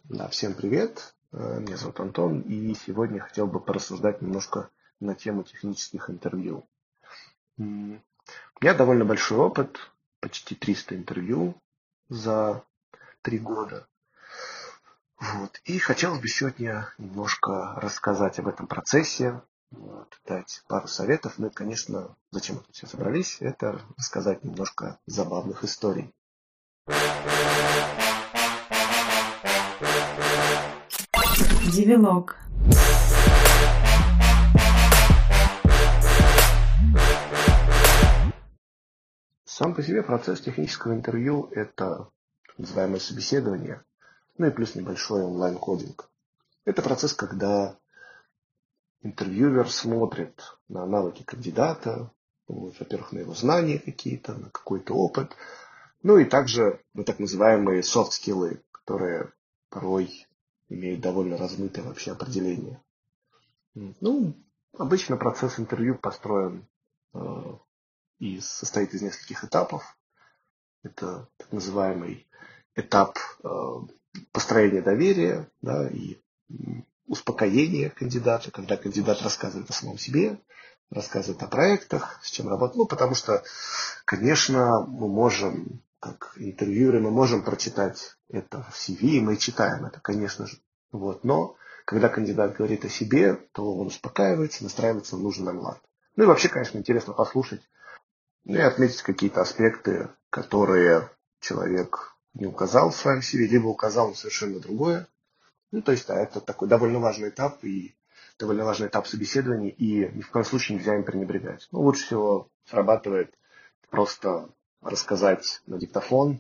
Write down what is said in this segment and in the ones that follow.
Да, всем привет. Меня зовут Антон, и сегодня я хотел бы порассуждать немножко на тему технических интервью. У меня довольно большой опыт, почти 300 интервью за 3 года. Вот. И хотелось бы сегодня немножко рассказать об этом процессе, дать пару советов. Ну и, конечно, зачем мы тут все собрались, это рассказать немножко забавных историй. Девилог. Сам по себе процесс технического интервью – это так называемое собеседование, ну и плюс небольшой онлайн-кодинг. Это процесс, когда интервьюер смотрит на навыки кандидата, во-первых, на его знания какие-то, на какой-то опыт, ну и также на так называемые софт-скиллы, которые порой имеют довольно размытое вообще определение. Ну, обычно процесс интервью построен и состоит из нескольких этапов. Это так называемый этап построения доверия, да, и успокоения кандидата, когда кандидат рассказывает о самом себе, рассказывает о проектах, с чем работает. Ну, потому что, конечно, мы можем, как интервьюеры, мы можем прочитать это в CV, и мы читаем это, конечно же. Вот. Но когда кандидат говорит о себе, то он успокаивается, настраивается в нужный нам лад. Ну и вообще, конечно, интересно послушать, ну и отметить какие-то аспекты, которые человек не указал в своем CV, либо указал на совершенно другое. Ну, то есть, да, это такой довольно важный этап и довольно важный этап собеседования, и ни в коем случае нельзя им пренебрегать. Ну, лучше всего срабатывает просто рассказать на диктофон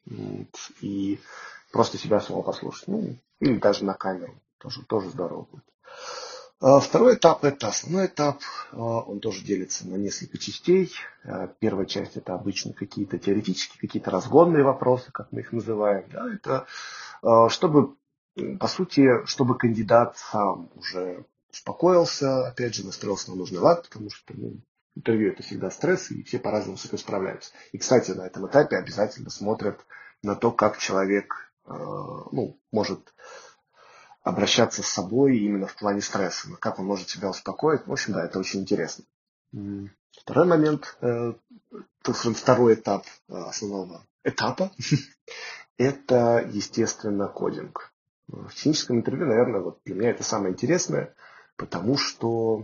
и просто себя самого послушать. Ну, или даже на камеру. Тоже здорово будет. Второй этап – это основной этап. Он тоже делится на несколько частей. Первая часть – это обычно какие-то теоретические, какие-то разгонные вопросы, как мы их называем. Да, это чтобы, по сути, чтобы кандидат сам уже успокоился, опять же, настроился на нужный лад, потому что интервью – это всегда стресс, и все по-разному с этим справляются. И, кстати, на этом этапе обязательно смотрят на то, как человек может обращаться с собой именно в плане стресса, как он может себя успокоить. В общем, да, это очень интересно. Второй момент, второй этап основного этапа, это, естественно, кодинг. В техническом интервью, наверное, вот для меня это самое интересное, потому что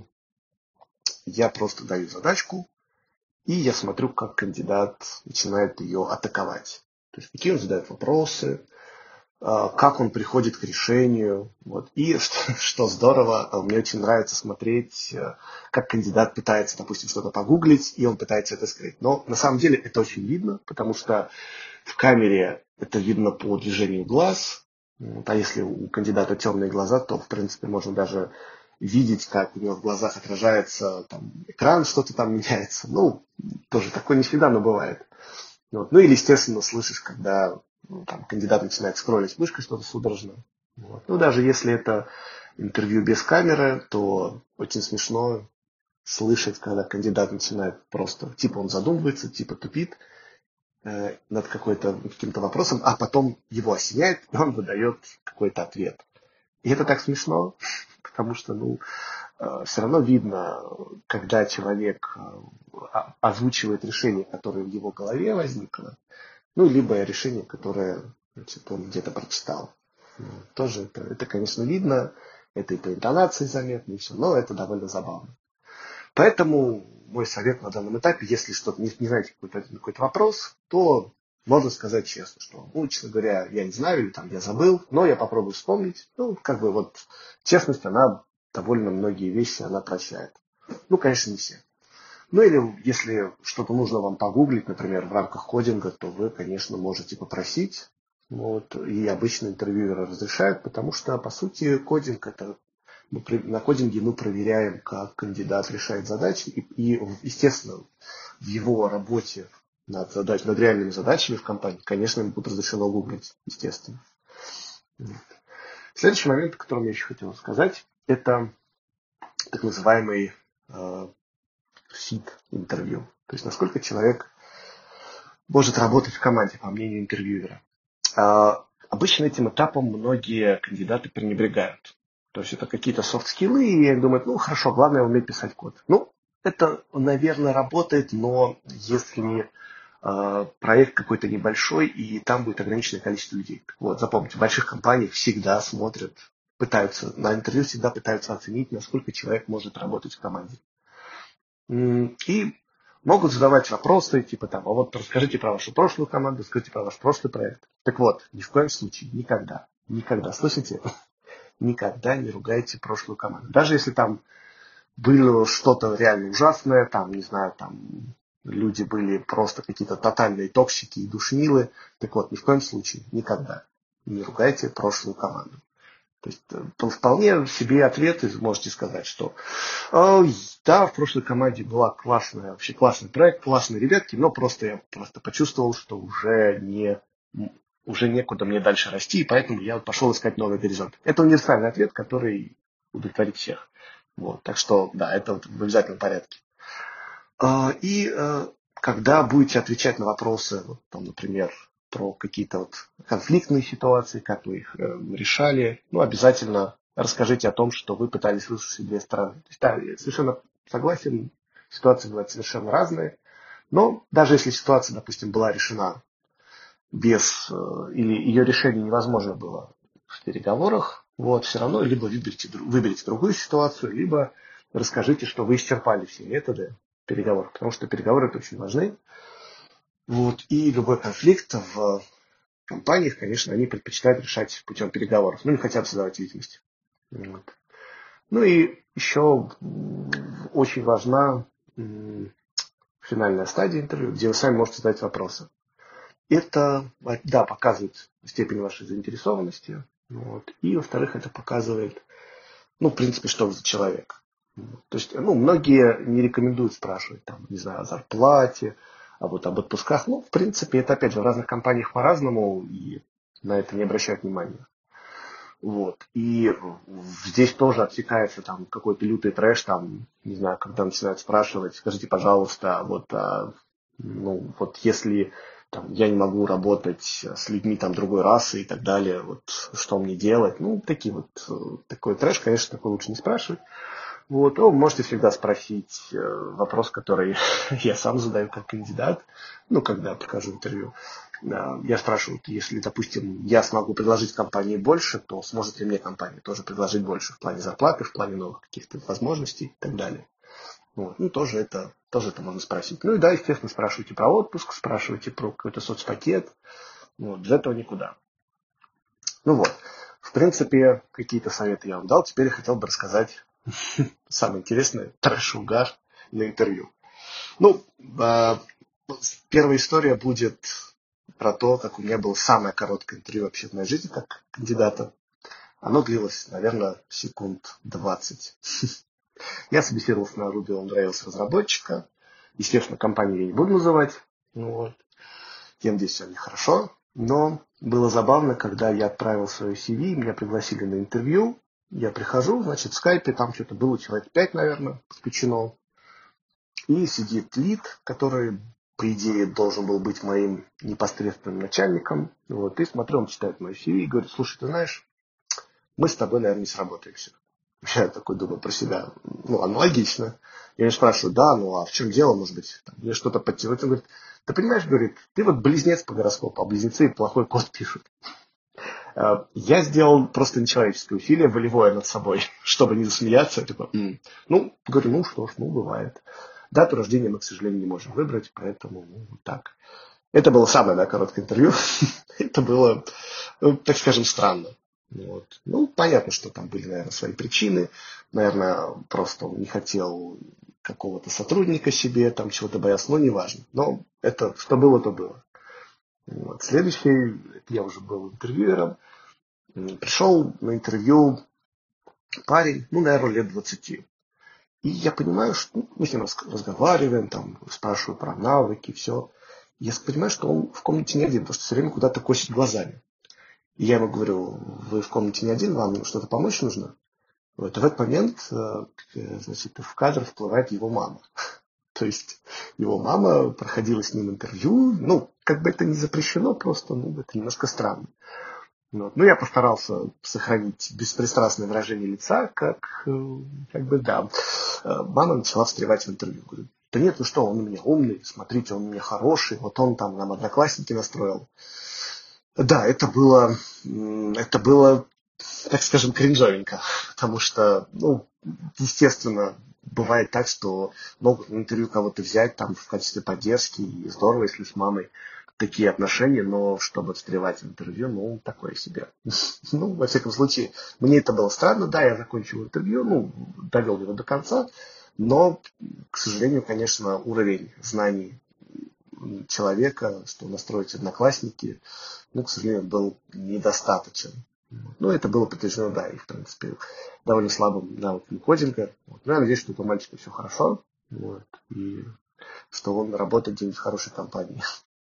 я просто даю задачку, и я смотрю, как кандидат начинает ее атаковать. То есть, какие он задает вопросы, как он приходит к решению. Вот. И что здорово, мне очень нравится смотреть, как кандидат пытается, допустим, что-то погуглить, и он пытается это скрыть. Но на самом деле это очень видно, потому что в камере это видно по движению глаз. Вот. А если у кандидата темные глаза, то, в принципе, можно даже видеть, как у него в глазах отражается там, экран, что-то там меняется. Ну, тоже такое не всегда, но бывает. Вот. Ну или, естественно, слышишь, когда там, кандидат начинает скроллить мышкой что-то судорожно. Вот. Ну, даже если это интервью без камеры, то очень смешно слышать, когда кандидат начинает просто, типа он задумывается, типа тупит над каким-то вопросом, а потом его осеняет, и он выдает какой-то ответ. И это так смешно, потому что, все равно видно, когда человек озвучивает решение, которое в его голове возникло, либо решение, которое он где-то прочитал. Тоже это, конечно, видно, это и по интонации заметно, и все, но это довольно забавно. Поэтому мой совет на данном этапе, если что-то не знаете какой-то вопрос, то можно сказать честно, что, честно говоря, я не знаю, или там я забыл, но я попробую вспомнить. Честность, она довольно многие вещи, она прощает. Конечно, не все. Или если что-то нужно вам погуглить, например, в рамках кодинга, то вы, конечно, можете попросить. И обычно интервьюеры разрешают, потому что, по сути, кодинг это на кодинге мы проверяем, как кандидат решает задачи. И естественно, в его работе над реальными задачами в компании, конечно, ему будет разрешено гуглить, естественно. Следующий момент, о котором я еще хотел сказать, это так называемый фит интервью. То есть, насколько человек может работать в команде, по мнению интервьюера. обычно этим этапом многие кандидаты пренебрегают. То есть это какие-то софт-скиллы, и они думают, ну хорошо, главное уметь писать код. Ну, это, наверное, работает, но если проект какой-то небольшой, и там будет ограниченное количество людей. Вот, запомните, в больших компаниях всегда смотрят, пытаются, на интервью всегда пытаются оценить, насколько человек может работать в команде. И могут задавать вопросы, типа там, а вот расскажите про вашу прошлую команду, расскажите про ваш прошлый проект. Так вот, ни в коем случае, никогда, слышите? Никогда не ругайте прошлую команду. Даже если там было что-то реально ужасное, там, не знаю, там люди были просто какие-то тотальные токсики и душнилы. Так вот, ни в коем случае, никогда не ругайте прошлую команду. То есть вполне себе ответы можете сказать, что да, в прошлой команде была классная, вообще классный проект, классные ребятки, но я почувствовал, что уже некуда мне дальше расти, и поэтому я пошел искать новый горизонт. Это универсальный ответ, который удовлетворит всех. Вот, так что, да, это в обязательном порядке. И когда будете отвечать на вопросы, вот, там, например, про какие-то вот конфликтные ситуации, как вы их решали, ну, обязательно расскажите о том, что вы пытались выслушать две стороны. То есть, да, я совершенно согласен, ситуации бывают совершенно разные, но даже если ситуация, допустим, была решена или ее решение невозможно было в переговорах, вот, все равно либо выберите другую ситуацию, либо расскажите, что вы исчерпали все методы переговоров, потому что переговоры это очень важны. Вот, и любой конфликт в компаниях, конечно, они предпочитают решать путем переговоров, ну, не хотят создавать видимость. Вот. Ну и еще очень важна финальная стадия интервью, где вы сами можете задать вопросы. Это, да, показывает степень вашей заинтересованности. Вот. И, во-вторых, это показывает, ну, в принципе, что вы за человек. То есть, ну, многие не рекомендуют спрашивать, там, не знаю, о зарплате, а вот об отпусках. Ну, в принципе, это, опять же, в разных компаниях по-разному, и на это не обращают внимания. Вот. И здесь тоже отсекается там какой-то лютый трэш, там, не знаю, когда начинают спрашивать, скажите, пожалуйста, вот, ну, вот если там, я не могу работать с людьми там другой расы и так далее, вот что мне делать? Ну, такой трэш, конечно, такой лучше не спрашивать. Вот, вы можете всегда спросить вопрос, который я сам задаю как кандидат, ну, когда прохожу интервью. Я спрашиваю, если, допустим, я смогу предложить компании больше, то сможет ли мне компания тоже предложить больше в плане зарплаты, в плане новых каких-то возможностей и так далее. Вот. Ну, тоже это можно спросить. Ну и да, естественно, спрашивайте про отпуск, спрашивайте про какой-то соцпакет. Вот, без этого никуда. Ну вот, в принципе, какие-то советы я вам дал. Теперь я хотел бы рассказать самое интересное, трэш-угар на интервью. Ну, первая история будет про то, как у меня было самое короткое интервью вообще в моей жизни как кандидата. Оно длилось, наверное, секунд 20. Я собеседовался на Ruby on Rails разработчика. Естественно, компанию я не буду называть. Вот. Я надеюсь, все нехорошо. Но было забавно, когда я отправил свое CV, меня пригласили на интервью. Я прихожу, значит, в скайпе, там что-то было, человек 5, наверное, подключено. И сидит лид, который, по идее, должен был быть моим непосредственным начальником. Вот, и смотрю, он читает мое CV и говорит, слушай, ты знаешь, мы с тобой, наверное, не сработаемся. Я такой думаю про себя, ну, аналогично. Я его спрашиваю, да, ну, а в чем дело, может быть, мне что-то подтянуть? Он говорит, ты понимаешь, говорит, ты вот близнец по гороскопу, а близнецы плохой код пишут. Я сделал просто нечеловеческое усилие, волевое над собой, чтобы не засмеяться. Я такой, ну, говорю, ну что ж, ну, бывает. Дату рождения мы, к сожалению, не можем выбрать, поэтому, ну, вот так. Это было самое, да, короткое интервью. Это было, так скажем, странно. Вот. Ну, понятно, что там были, наверное, свои причины. Наверное, просто он не хотел какого-то сотрудника себе, там чего-то боялся, но неважно. Но это, что было, то было. Вот. Следующий, я уже был интервьюером. Пришел на интервью парень, ну, наверное, лет 20. И я понимаю, что мы с ним разговариваем, там, спрашиваю про навыки, все. Я понимаю, что он в комнате не один, потому что все время куда-то косит глазами. И я ему говорю, вы в комнате не один, вам что-то помочь нужно? Вот. И в этот момент, значит, в кадр всплывает его мама. То есть его мама проходила с ним интервью. Ну, как бы это не запрещено, просто, ну, это немножко странно. Вот. Ну, я постарался сохранить беспристрастное выражение лица, как бы, да. Мама начала встревать в интервью. Говорит, да нет, ну что, он у меня умный, смотрите, он у меня хороший, вот он там нам одноклассники настроил. Да, это было, так скажем, кринжовенько, потому что, ну, естественно, бывает так, что могут на интервью кого-то взять там в качестве поддержки, и здорово, если с мамой такие отношения, но чтобы встревать в интервью, ну, такое себе. Ну, во всяком случае, мне это было странно, да, я закончил интервью, ну, довел его до конца, но, к сожалению, конечно, уровень знаний человека, что настроить одноклассники, ну, к сожалению, был недостаточен. Ну, это было подтверждено, да, и, в принципе, довольно слабым навыком кодинга. Вот. Но я надеюсь, что у мальчика все хорошо, вот, и что он работает где-нибудь в хорошей компании.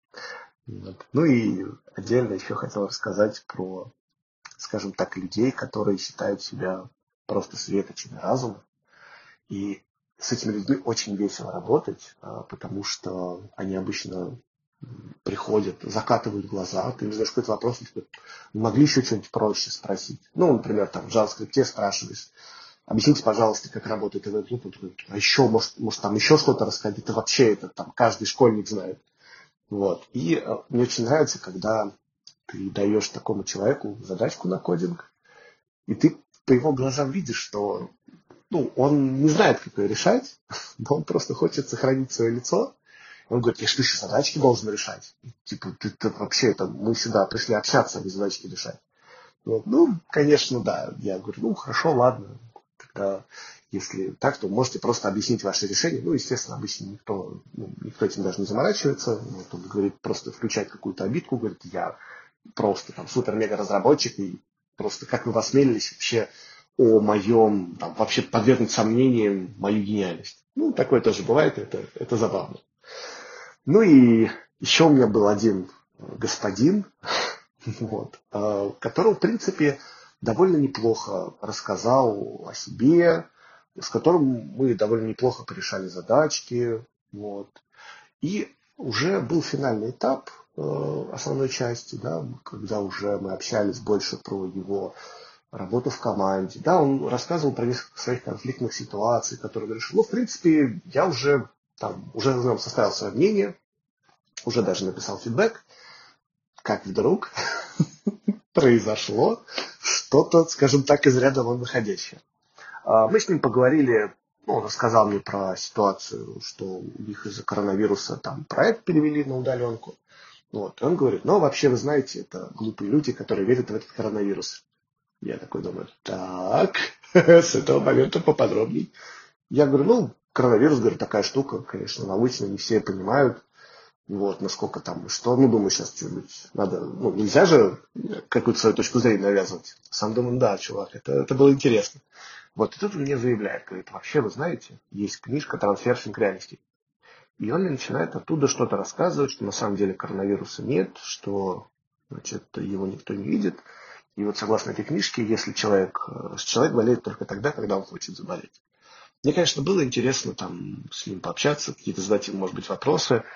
Вот. Ну и отдельно еще хотел рассказать про, скажем так, людей, которые считают себя просто светочами разума. И с этими людьми очень весело работать, потому что они обычно приходят, закатывают глаза, ты не знаешь какой-то вопрос, могли еще что-нибудь проще спросить. Ну, например, там в JavaScript спрашиваешь, объясните, пожалуйста, как работает этот луп. Он такой, а еще, может там еще что-то рассказать, это вообще это там каждый школьник знает. Вот. И мне очень нравится, когда ты даешь такому человеку задачку на кодинг, и ты по его глазам видишь, что ну, он не знает, как ее решать, но он просто хочет сохранить свое лицо. Он говорит, я что, еще задачки должен решать? Типа, ты вообще, мы сюда пришли общаться, а не задачки решать. Вот. Ну, конечно, да. Я говорю, ну, хорошо, ладно. Тогда, если так, то можете просто объяснить ваше решение. Ну, естественно, обычно никто этим даже не заморачивается. Вот он говорит, просто включать какую-то обидку. Говорит, я просто там супер-мега-разработчик, и просто как вы осмелились вообще о моем, там, вообще подвергнуть сомнениям мою гениальность. Ну, такое тоже бывает, это забавно. Ну и еще у меня был один господин, вот, который, в принципе, довольно неплохо рассказал о себе, с которым мы довольно неплохо порешали задачки. Вот. И уже был финальный этап основной части, да, когда уже мы общались больше про его работу в команде. Да, он рассказывал про несколько своих конфликтных ситуаций, которые он решил. Ну, в принципе, я уже в нем составил свое мнение, уже даже написал фидбэк, как вдруг произошло что-то, скажем так, из ряда вон выходящее. Мы с ним поговорили, ну, он рассказал мне про ситуацию, что у них из-за коронавируса там проект перевели на удаленку. Вот. И он говорит, ну, вообще, вы знаете, это глупые люди, которые верят в этот коронавирус. Я такой думаю, так, с этого момента поподробней. Я говорю, ну, коронавирус, говорю, такая штука, конечно, научно, не все понимают. Вот, насколько там, что, ну, думаю, сейчас что-нибудь надо, ну, нельзя же какую-то свою точку зрения навязывать. Сам думаю, да, чувак, это было интересно. Вот, и тут он мне заявляет, говорит, вообще, вы знаете, есть книжка «Трансфершинг реальности». И он мне начинает оттуда что-то рассказывать, что на самом деле коронавируса нет, что, значит, его никто не видит. И вот согласно этой книжке, если человек болеет только тогда, когда он хочет заболеть. Мне, конечно, было интересно там с ним пообщаться, какие-то задать ему, может быть, вопросы.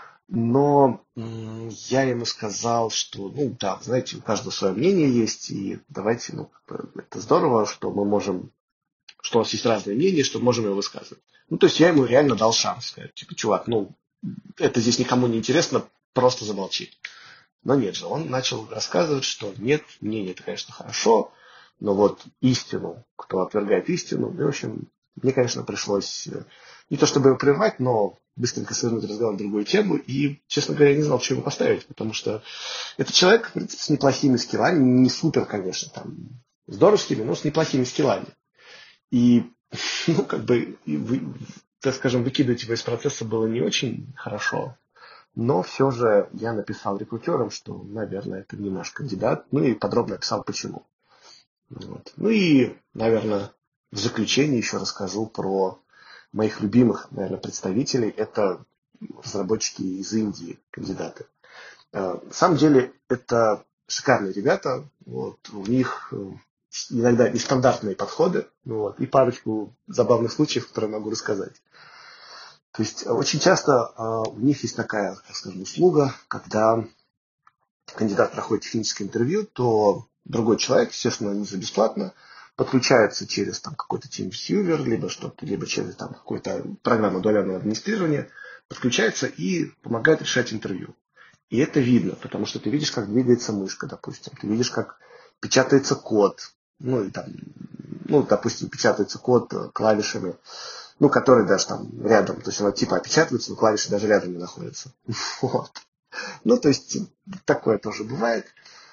Но я ему сказал, что, ну да, знаете, у каждого свое мнение есть, и давайте, ну, это здорово, что мы можем, что у нас есть разные мнения, что мы можем его высказывать. Ну, то есть я ему реально дал шанс, сказать, типа, чувак, ну, это здесь никому не интересно, просто замолчи. Но нет же, он начал рассказывать, что нет, мнение это, конечно, хорошо, но вот истину, кто отвергает истину, ну, в общем, мне, конечно, пришлось не то чтобы его прервать, но быстренько свернуть разговор на другую тему. И, честно говоря, я не знал, что его поставить, потому что это человек, в принципе, с неплохими скиллами, не супер, конечно, там, здоровскими, но с неплохими скиллами. И, ну, как бы, так скажем, выкидывать его из процесса было не очень хорошо. Но все же я написал рекрутерам, что, наверное, это не наш кандидат, ну и подробно описал, почему. Вот. Ну и, наверное, в заключение еще расскажу про моих любимых, наверное, представителей. Это разработчики из Индии, кандидаты. На самом деле, это шикарные ребята. Вот. У них иногда нестандартные подходы. Вот. И парочку забавных случаев, которые могу рассказать. То есть очень часто у них есть такая, так скажем, услуга, когда кандидат проходит техническое интервью, то другой человек, естественно, не за бесплатно, подключается через там какой-то TeamViewer, либо что-то, либо через там какую-то программу удаленного администрирования, подключается и помогает решать интервью. И это видно, потому что ты видишь, как двигается мышка, допустим, ты видишь, как печатается код, ну, и там, ну, допустим, печатается код клавишами, ну, который даже там рядом, то есть она типа опечатывается, но клавиши даже рядом не находятся. Вот. Ну, то есть такое тоже бывает.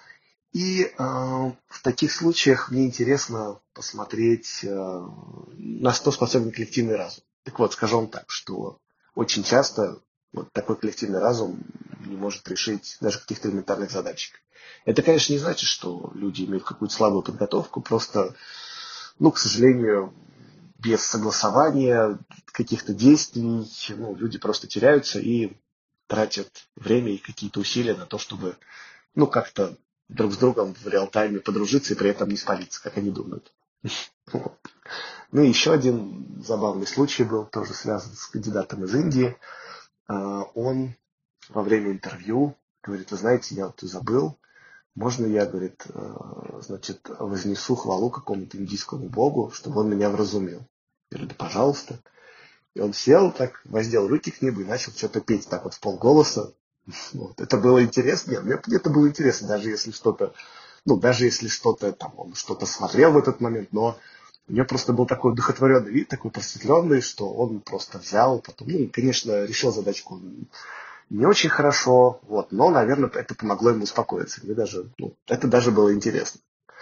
И в таких случаях мне интересно посмотреть, на что способен коллективный разум. Так вот, скажу вам так, что очень часто вот такой коллективный разум не может решить даже каких-то элементарных задачек. Это, конечно, не значит, что люди имеют какую-то слабую подготовку, просто, ну, к сожалению, без согласования каких-то действий, ну, люди просто теряются и тратят время и какие-то усилия на то, чтобы, ну, как-то друг с другом в реал-тайме подружиться и при этом не спалиться, как они думают. Ну и еще один забавный случай был, тоже связан с кандидатом из Индии. Он во время интервью говорит: вы знаете, я вот забыл, можно я, говорит, значит, вознесу хвалу какому-то индийскому богу, чтобы он меня вразумил? Я говорю: да пожалуйста. И он сел так, воздел руки к небу и начал что-то петь так вот в полголоса. Вот. Это было интересно. Нет, мне это было интересно, даже если что-то, ну, даже если что-то там, он что-то смотрел в этот момент, но у него просто был такой одухотворенный вид, такой просветленный, что он просто взял, потом, ну, конечно, решил задачку не очень хорошо, вот, но, наверное, это помогло ему успокоиться. Мне даже, ну, это даже было интересно.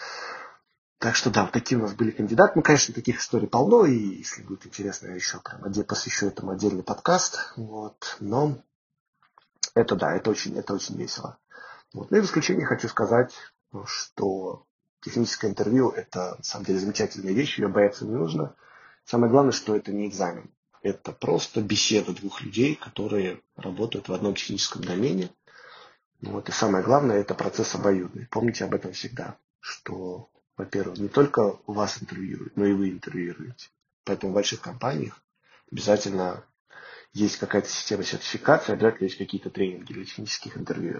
Так что да, вот такие у нас были кандидаты. Ну, конечно, таких историй полно, и если будет интересно, я еще прям посвящу этому отдельный подкаст. Вот. Но это да, это очень весело. Вот. Ну и в заключение хочу сказать, что техническое интервью – это на самом деле замечательная вещь, ее бояться не нужно. Самое главное, что это не экзамен. Это просто беседа двух людей, которые работают в одном техническом домене. Вот. И самое главное – это процесс обоюдный. Помните об этом всегда, что, во-первых, не только вас интервьюируют, но и вы интервьюируете. Поэтому в больших компаниях обязательно есть какая-то система сертификации, обязательно есть какие-то тренинги для технических интервьюеров.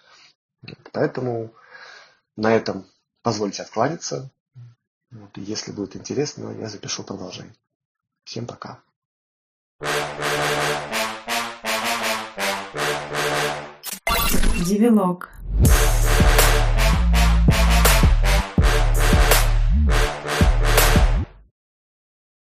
Поэтому на этом позвольте откланяться. Вот, и если будет интересно, я запишу продолжение. Всем пока. Девилог.